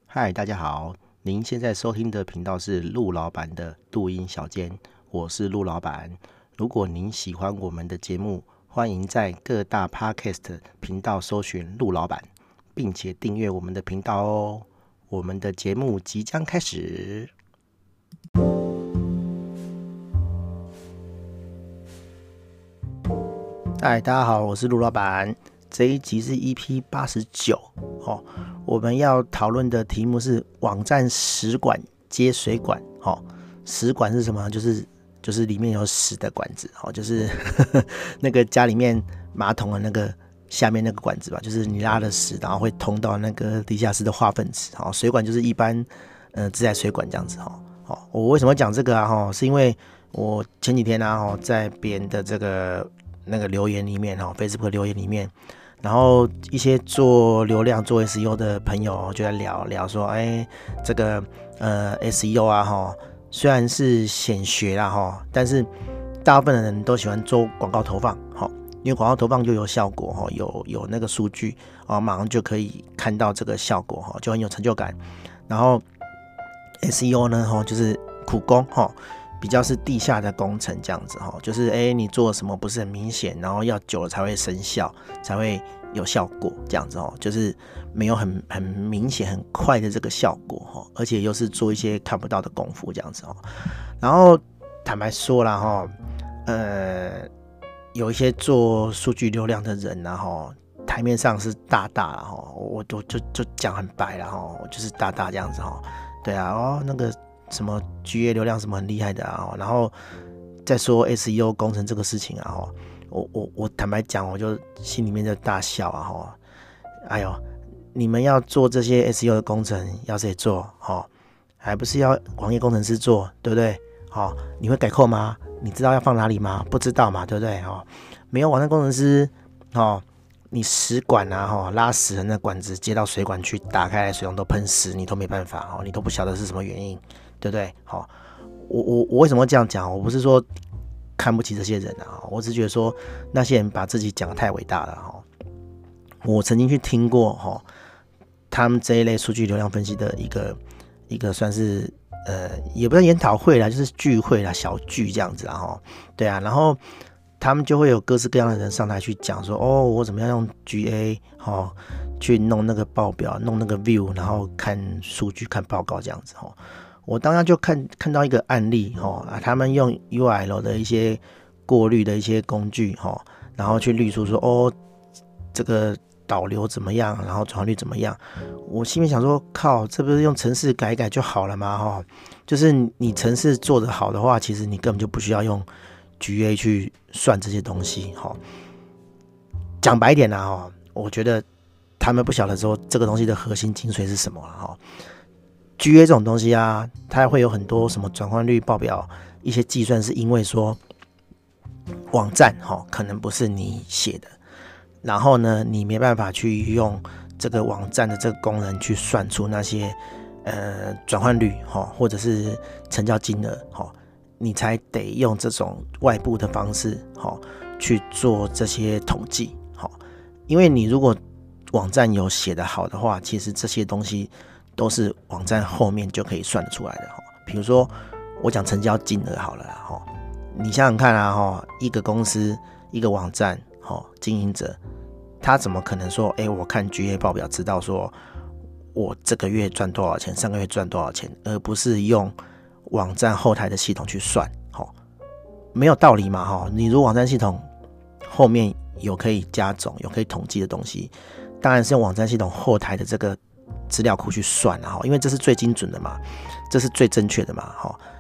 嗨，大家好，您现在收听的频道是陆老板的录音小间，我是陆老板。如果您喜欢我们的节目，欢迎在各大 Podcast 频道搜寻陆老板，并且订阅我们的频道哦。我们的节目即将开始。嗨，大家好，我是陆老板。这一集是 EP89哦，我们要讨论的题目是网站食管接水管哦。食管是什么？就是里面有屎的管子哦，就是那个家里面马桶的那个下面那个管子吧，就是你拉了屎，然后会通到那个地下室的化粪池哦。水管就是一般自来水管这样子哈。哦，我为什么讲这个啊？哈，是因为我前几天啊，在别人的这个那个留言里面哦 ，Facebook 留言里面。然后一些做流量、做 SEO 的朋友就在聊说，这个SEO 啊哈，虽然是显学啦哈，但是大部分的人都喜欢做广告投放哈，因为广告投放就有效果哈，有那个数据啊，马上就可以看到这个效果哈，就很有成就感。然后 SEO 呢哈，就是苦工哈。比较是地下的工程这样子哈，就是你做什么不是很明显，然后要久了才会生效，才会有效果这样子哦，就是没有很明显很快的这个效果哈，而且又是做一些看不到的功夫这样子哦。然后坦白说啦哈，有一些做数据流量的人然后台面上是大啦哈，我就讲很白啦哈，我就是大这样子哈，对啊哦那个。什么 GA 流量什么很厉害的啊，然后再说 SEO 工程这个事情啊，我坦白讲，我就心里面就大笑啊，哎呦，你们要做这些 SEO 的工程，要谁做？还不是要网页工程师做，对不对？你会改扣吗？你知道要放哪里吗？不知道嘛，对不对？没有网站工程师，你食管啊，拉屎的那管子接到水管去，打开来水龙头喷屎，你都没办法，你都不晓得是什么原因。对不对？好，我为什么这样讲？我不是说看不起这些人啊，我只是觉得说那些人把自己讲得太伟大了哈。我曾经去听过他们这一类数据流量分析的一个算是也不是研讨会啦，就是聚会啦，小聚这样子啦哈。对啊，然后他们就会有各式各样的人上台去讲说，我怎么样用 GA 去弄那个报表，弄那个 view， 然后看数据、看报告这样子哈。我当然就看到一个案例他们用 URL 的一些过滤的一些工具然后去滤出说这个导流怎么样，然后转换率怎么样。我心里想说，靠，这不是用程式改一改就好了吗？就是你程式做得好的话，其实你根本就不需要用 GA 去算这些东西讲白一点啦我觉得他们不晓得说这个东西的核心精髓是什么啦GA 这种东西啊，它会有很多什么转换率报表一些计算，是因为说网站可能不是你写的，然后呢你没办法去用这个网站的这个功能去算出那些转换率或者是成交金额你才得用这种外部的方式去做这些统计因为你如果网站有写得好的话，其实这些东西都是网站后面就可以算得出来的比如说我讲成交金额好了你想想看啊一个公司一个网站经营者，他怎么可能说我看 GA 报表知道说我这个月赚多少钱，上个月赚多少钱，而不是用网站后台的系统去算没有道理嘛你如果网站系统后面有可以加总有可以统计的东西，当然是用网站系统后台的这个资料库去算因为这是最精准的嘛，这是最正确的嘛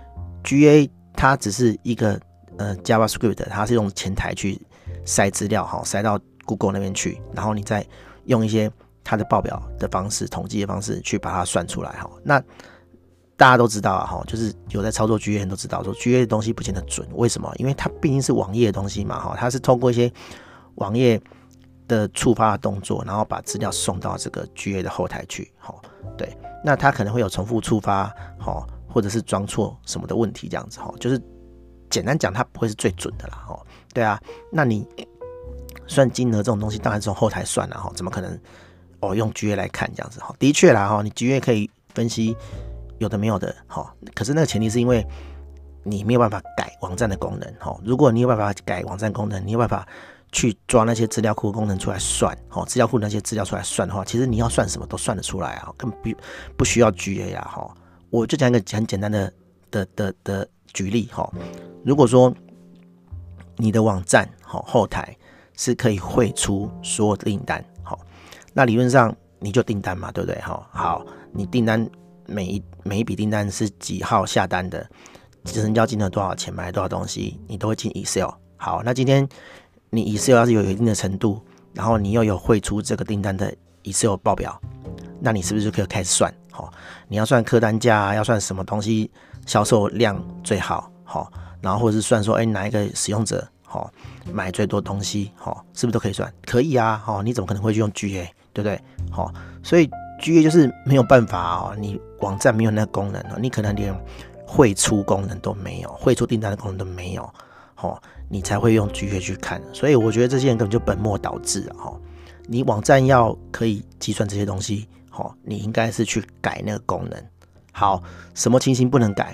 GA 它只是一个JavaScript， 它是用前台去塞资料塞到 Google 那边去，然后你再用一些它的报表的方式、统计的方式去把它算出来那大家都知道就是有在操作 GA 人都知道说 GA 的东西不见得准，为什么？因为它毕竟是网页的东西嘛它是透过一些网页的触发的动作，然后把资料送到这个 GA 的后台去对，那它可能会有重复触发或者是装错什么的问题这样子就是简单讲它不会是最准的啦对啊，那你算金额这种东西当然是从后台算啦怎么可能用 GA 来看这样子的确啦你 GA 可以分析有的没有的，可是那个前提是因为你没有办法改网站的功能，如果你有办法改网站功能，你有办法去抓那些资料库功能出来算，资料库那些资料出来算的话，其实你要算什么都算得出来啊，根本不需要 GA 啊，我就讲一个很简单的举例，如果说你的网站后台是可以汇出所有的订单，那理论上你就订单嘛，对不对？好，你订单每一笔订单是几号下单的，成交金额多少钱，买了多少东西，你都会进 Excel。好，那今天你 Excel 要是有一定的程度，然后你又有汇出这个订单的 Excel 报表，那你是不是就可以开始算？你要算客单价，要算什么东西销售量最好，然后或者是算说，哪一个使用者买最多东西，是不是都可以算？可以啊，你怎么可能会去用 GA， 对不对？所以 GA 就是没有办法，你网站没有那个功能，你可能连汇出功能都没有，汇出订单的功能都没有，你才会用 GA 去看。所以我觉得这些人根本就本末倒置啊！你网站要可以计算这些东西，你应该是去改那个功能。好，什么情形不能改？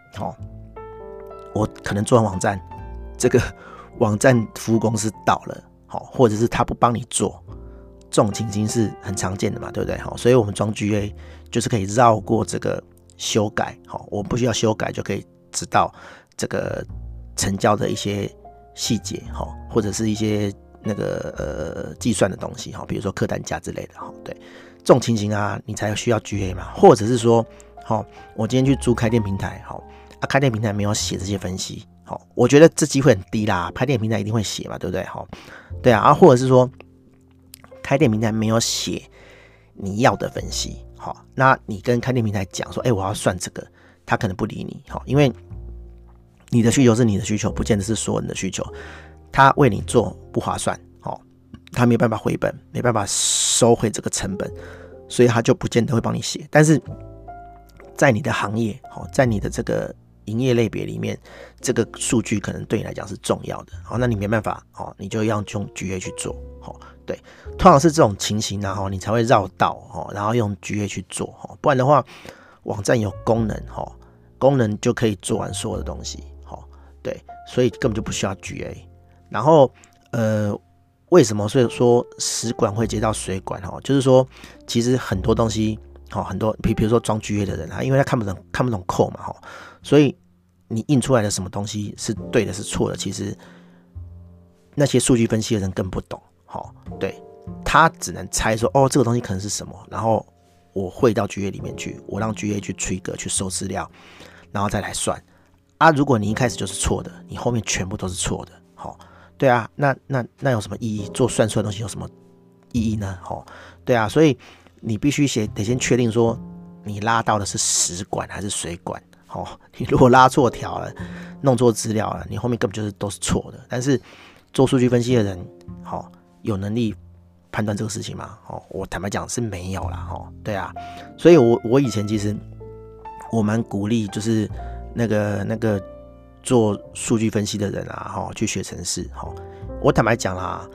我可能做完网站，这个网站服务公司倒了，或者是他不帮你做，这种情形是很常见的嘛，对不对？所以我们装 GA 就是可以绕过这个修改，我不需要修改就可以知道这个成交的一些细节，或者是一些那个计算的东西，比如说客单价之类的，对，这种情形啊，你才需要 GA 嘛，或者是说，我今天去租开店平台，开店平台没有写这些分析，我觉得这机会很低啦，开店平台一定会写嘛，对不对？对啊，或者是说开店平台没有写你要的分析，那你跟开店平台讲说，我要算这个，他可能不理你，因为你的需求是你的需求，不见得是所有人的需求，他为你做不划算，他没有办法回本，没办法收回这个成本，所以他就不见得会帮你写。但是在你的行业，在你的这个营业类别里面，这个数据可能对你来讲是重要的，那你没办法，你就要用 GA 去做，对，通常是这种情形啊，你才会绕道，然后用 GA 去做，不然的话，网站有功能，功能就可以做完所有的东西，对，所以根本就不需要 GA。然后，为什么所以说食管会接到水管？就是说，其实很多东西，很多比如说装 GA 的人因为他看不懂code嘛，所以你印出来的什么东西是对的，是错的，其实那些数据分析的人更不懂，对，他只能猜说，这个东西可能是什么，然后我汇到 GA 里面去，我让 GA 去 trigger 去收资料，然后再来算啊。如果你一开始就是错的，你后面全部都是错的，对啊，那有什么意义？做算出来的东西有什么意义呢？对啊，所以你必须得先确定说，你拉到的是食管还是水管。你如果拉错条了，弄错资料了，你后面根本就是都是错的。但是做数据分析的人，有能力判断这个事情吗？我坦白讲是没有啦，对啊，所以我以前其实我蛮鼓励，就是那个做数据分析的人啊，去学程式。我坦白讲啦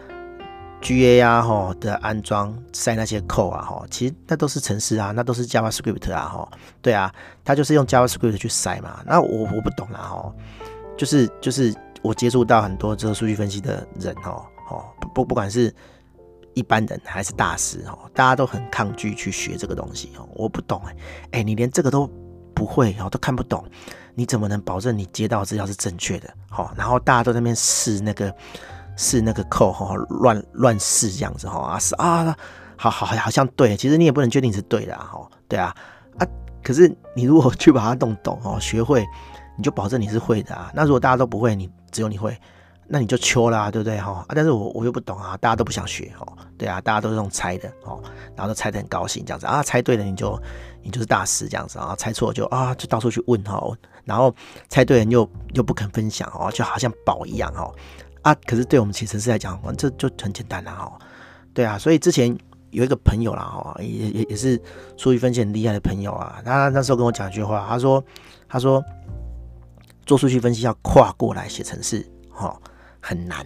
，GA 啊的安装塞那些code啊，其实那都是程式啊，那都是 JavaScript 啊，对啊，他就是用 JavaScript 去塞嘛。那我不懂啦，就是我接触到很多这个数据分析的人不管是一般人还是大师大家都很抗拒去学这个东西我不懂你连这个都不会都看不懂，你怎么能保证你接到的资料是正确的？然后大家都在那边试那个 code 乱试这样子好像对，其实你也不能确定是对的对啊，可是你如果去把它弄懂学会，你就保证你是会的啊。那如果大家都不会，只有你会，那你就秋啦，对不对但是我又不懂啊，大家都不想学对啊，大家都是用猜的然后都猜得很高兴这样子啊，猜对了你就是大师这样子啊，猜错就到处去问然后猜对人又不肯分享就好像宝一样可是对我们写程式来讲，这就很简单啦对啊，所以之前有一个朋友啦也是数据分析很厉害的朋友啊，他那时候跟我讲一句话，他说做数据分析要跨过来写程式很难，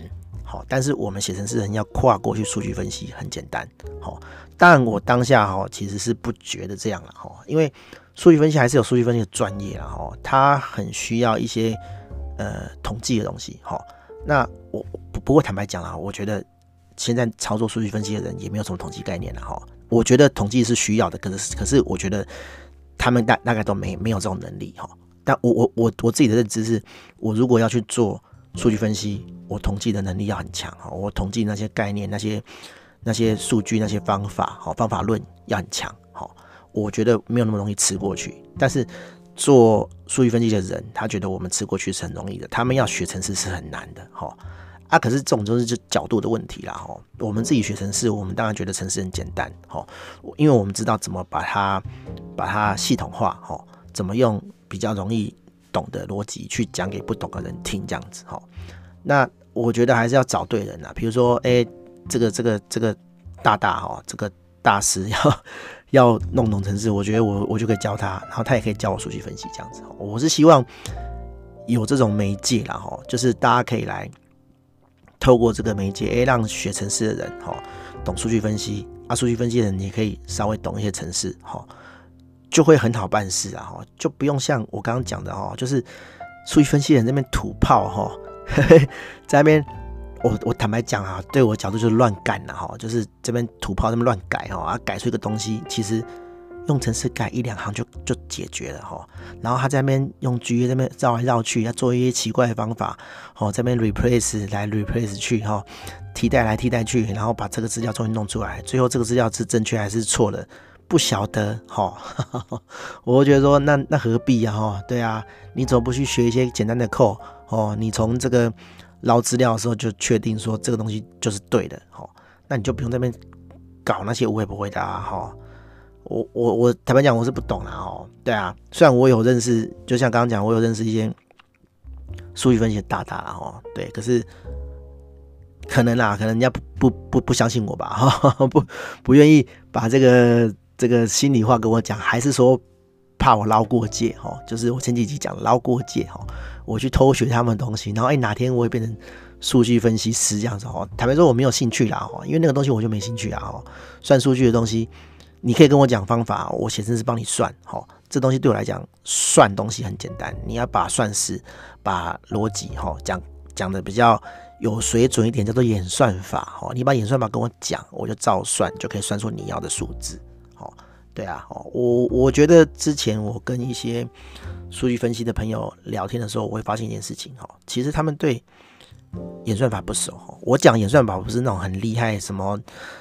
好，但是我们写程式人要跨过去数据分析很简单，好，当然我当下其实是不觉得这样了，因为数据分析还是有数据分析的专业啦，它很需要一些统计的东西，那我不过坦白讲啦，我觉得现在操作数据分析的人也没有什么统计概念啦，我觉得统计是需要的，可是我觉得他们大概都没有这种能力，但我自己的认知是，我如果要去做数据分析，我统计的能力要很强，我统计那些概念、那些数据、那些方法论要很强，我觉得没有那么容易吃过去。但是做数据分析的人，他觉得我们吃过去是很容易的，他们要学程式是很难的，可是这种就是角度的问题啦，我们自己学程式，我们当然觉得程式很简单，因为我们知道怎么把它系统化，怎么用比较容易懂的逻辑去讲给不懂的人听，这样子，那我觉得还是要找对人啊，比如说，这个这个大师要弄懂程式，我觉得我就可以教他，然后他也可以教我数据分析，这样子，我是希望有这种媒介啦，就是大家可以来透过这个媒介，让学程式的人懂数据分析啊，数据分析的人也可以稍微懂一些程式，就会很好办事啊，就不用像我刚刚讲的，就是数据分析的人那边土炮，在那边我坦白讲啊，对我的角度就是乱干啦，就是这边土炮这边乱改，改出一个东西，其实用程式改1-2行就解决了，然后他在那边用 GUI 在那边绕来绕去，要做一些奇怪的方法，在那边 replace 来 replace 去，替代来替代去，然后把这个资料终于弄出来，最后这个资料是正确还是错的不晓得，我会觉得说那何必啊，对啊，你怎么不去学一些简单的 code，你从这个捞资料的时候就确定说这个东西就是对的，那你就不用在那边搞那些无微不微的啊，我坦白讲我是不懂啦，对啊，虽然我有认识，就像刚刚讲，我有认识一些数据分析的大啦，对，可是可能人家不相信我吧，不愿意把这个心里话跟我讲，还是说怕我捞过界，就是我前几集讲捞过界，我去偷学他们的东西，然后哪天我会变成数据分析师这样子，坦白说我没有兴趣啦，因为那个东西我就没兴趣啦，算数据的东西你可以跟我讲方法，我写程式帮你算，这东西对我来讲算东西很简单，你要把算式把逻辑讲的比较有水准一点，叫做演算法，你把演算法跟我讲，我就照算，就可以算出你要的数字，对啊，我觉得之前我跟一些数据分析的朋友聊天的时候，我会发现一件事情，其实他们对演算法不熟，我讲演算法不是那种很厉害什么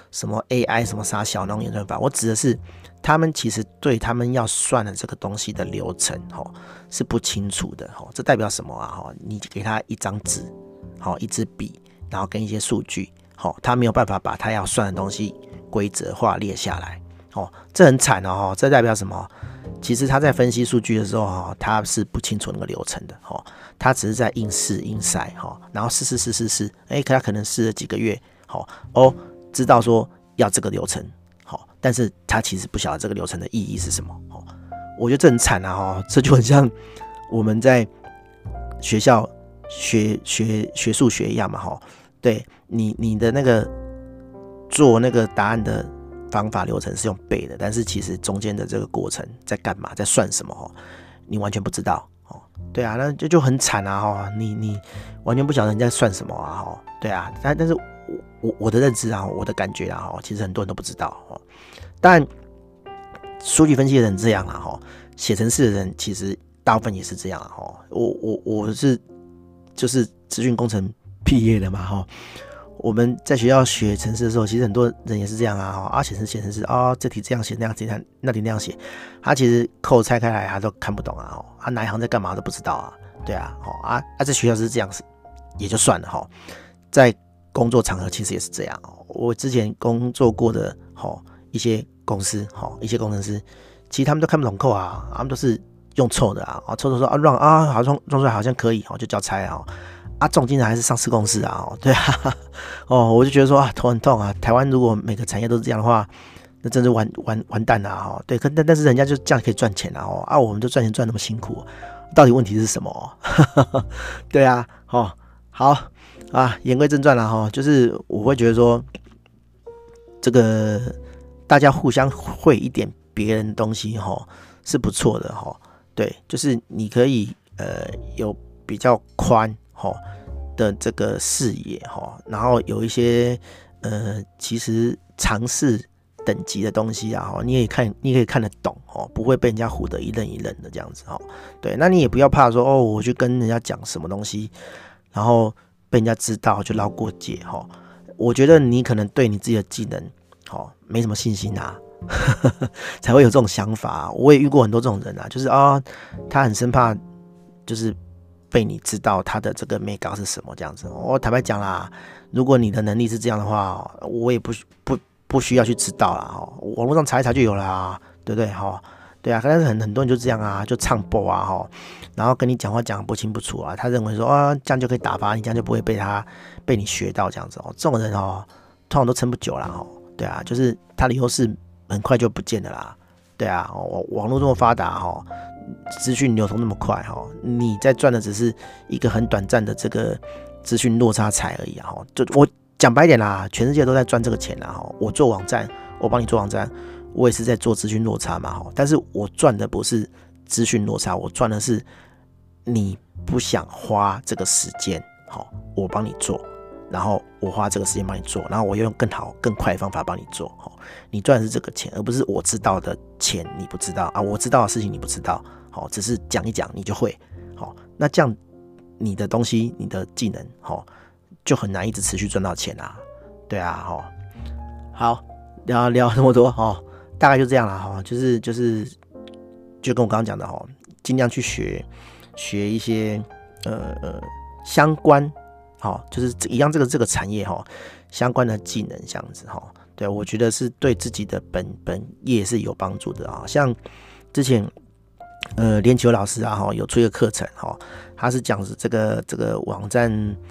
AI 什么啥小那种演算法，我指的是他们其实对他们要算的这个东西的流程是不清楚的，这代表什么啊？你给他一张纸，一支笔，然后跟一些数据，他没有办法把他要算的东西规则化列下来，这很惨哦，这代表什么？其实他在分析数据的时候，他是不清楚那个流程的，他只是在硬试硬筛，然后试，他可能试了几个月，知道说要这个流程，但是他其实不晓得这个流程的意义是什么，我觉得这很惨啊，这就很像我们在学校学数学一样嘛，对你的那个做那个答案的方法流程是用背的，但是其实中间的这个过程在干嘛，在算什么，你完全不知道，对啊，那就很惨啊，你完全不晓得人家算什么啊，对啊，但是我的认知啊，我的感觉啊，其实很多人都不知道，但数据分析的人这样啊，写程式的人其实大部分也是这样啊，我是就是资讯工程毕业的嘛，我们在学校学程式的时候，其实很多人也是这样啊，写程式这题这样写，那样写，那题那样写，他其实code拆开来他都看不懂啊，他哪一行在干嘛都不知道啊，对啊，在学校是这样也就算了，在工作场合其实也是这样，我之前工作过的一些公司，一些工程师，其实他们都看不懂code啊，他们都是用凑的啊，凑说run好像装出来好像可以，就交差啊。这种经常还是上市公司啊，对啊，我就觉得说头很痛啊。台湾如果每个产业都是这样的话，那真是完蛋了，对。但是人家就这样可以赚钱啊，我们就赚钱赚那么辛苦，到底问题是什么？对啊，好， 啊，言归正传啦哈，就是我会觉得说，这个大家互相会一点别人的东西哈是不错的哈。对，就是你可以有比较宽哈的这个视野哈，然后有一些其实尝试等级的东西啊，你也可以看得懂哦，不会被人家唬得一愣一愣的这样子哦。对，那你也不要怕说哦，我去跟人家讲什么东西，然后被人家知道就捞过界哈。我觉得你可能对你自己的技能没什么信心啊，才会有这种想法啊。我也遇过很多这种人啊，就是他很生怕就是被你知道他的这个美感是什么这样子。我坦白讲啦，如果你的能力是这样的话，我也不需要去知道啦，网络上查一查就有啦，对不对？对啊，但是很多人就这样啊，就唱播啊，然后跟你讲话讲不清不楚啊，他认为说这样就可以打发你，这样就不会被你学到这样子哦。这种人通常都撑不久啦，对啊，就是他的优势很快就不见了啦，对啊，网络这么发达资讯流通那么快你在赚的只是一个很短暂的这个资讯落差财而已啊，就我讲白一点啦，全世界都在赚这个钱啦，我做网站，我帮你做网站。我也是在做资讯落差嘛，但是我赚的不是资讯落差，我赚的是你不想花这个时间，我帮你做，然后我花这个时间帮你做，然后我用更好更快的方法帮你做，你赚的是这个钱，而不是我知道的钱你不知道啊，我知道的事情你不知道，只是讲一讲你就会，那这样你的东西你的技能就很难一直持续赚到钱啊，对啊，好，聊那么多大概就这样啦就跟我刚刚讲的尽量去学一些相关就是一样这个产业相关的技能这样子对，我觉得是对自己的本业是有帮助的像之前连球老师啊有出一个课程他是讲这个网站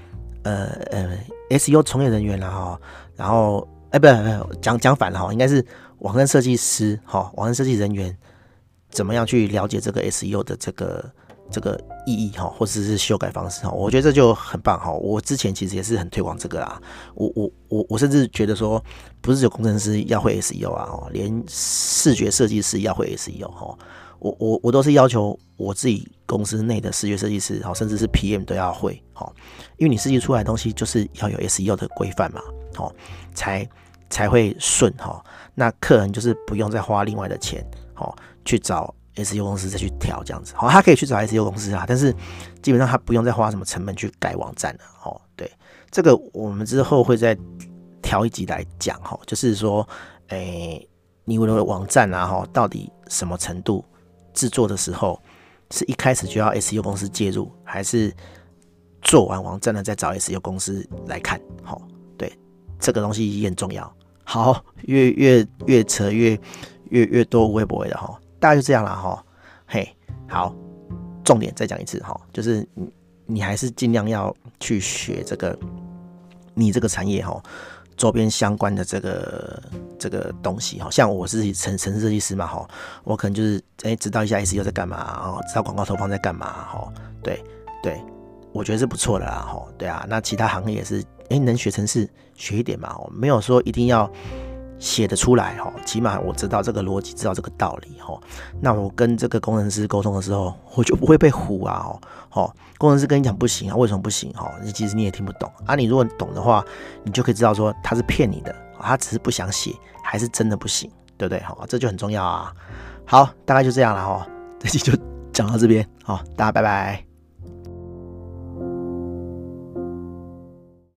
SEO 从业人员啦然后不讲反了应该是网站设计师网站设计人员怎么样去了解这个 SEO 的这个意义或者是修改方式我觉得这就很棒我之前其实也是很推广这个啦，我甚至觉得说不是只有工程师要会 SEO 啊连视觉设计师要会 SEO 我都是要求我自己公司内的视觉设计师甚至是 PM 都要会因为你设计出来的东西就是要有 SEO 的规范嘛才会顺那客人就是不用再花另外的钱去找 SEO 公司再去调这样子他可以去找 SEO 公司但是基本上他不用再花什么成本去改网站了对，这个我们之后会再调一集来讲就是说你的网站啊到底什么程度制作的时候是一开始就要 SEO 公司介入，还是做完网站了再找 SEO 公司来看对，这个东西也很重要。好，越扯越多微博的大概就这样啦嘿，好，重点再讲一次就是你还是尽量要去学这个你这个产业周边相关的这个东西像我是城市设计师嘛我可能就是知道一下 SEO 在干嘛知道广告投放在干嘛对，我觉得是不错的啦对啊，那其他行业也是能学程式学一点嘛没有说一定要写得出来起码我知道这个逻辑，知道这个道理那我跟这个工程师沟通的时候，我就不会被唬啊工程师跟你讲不行啊，为什么不行其实你也听不懂啊，你如果懂的话，你就可以知道说他是骗你的，他只是不想写，还是真的不行，对不对这就很重要啊。好，大概就这样了这期就讲到这边大家拜拜。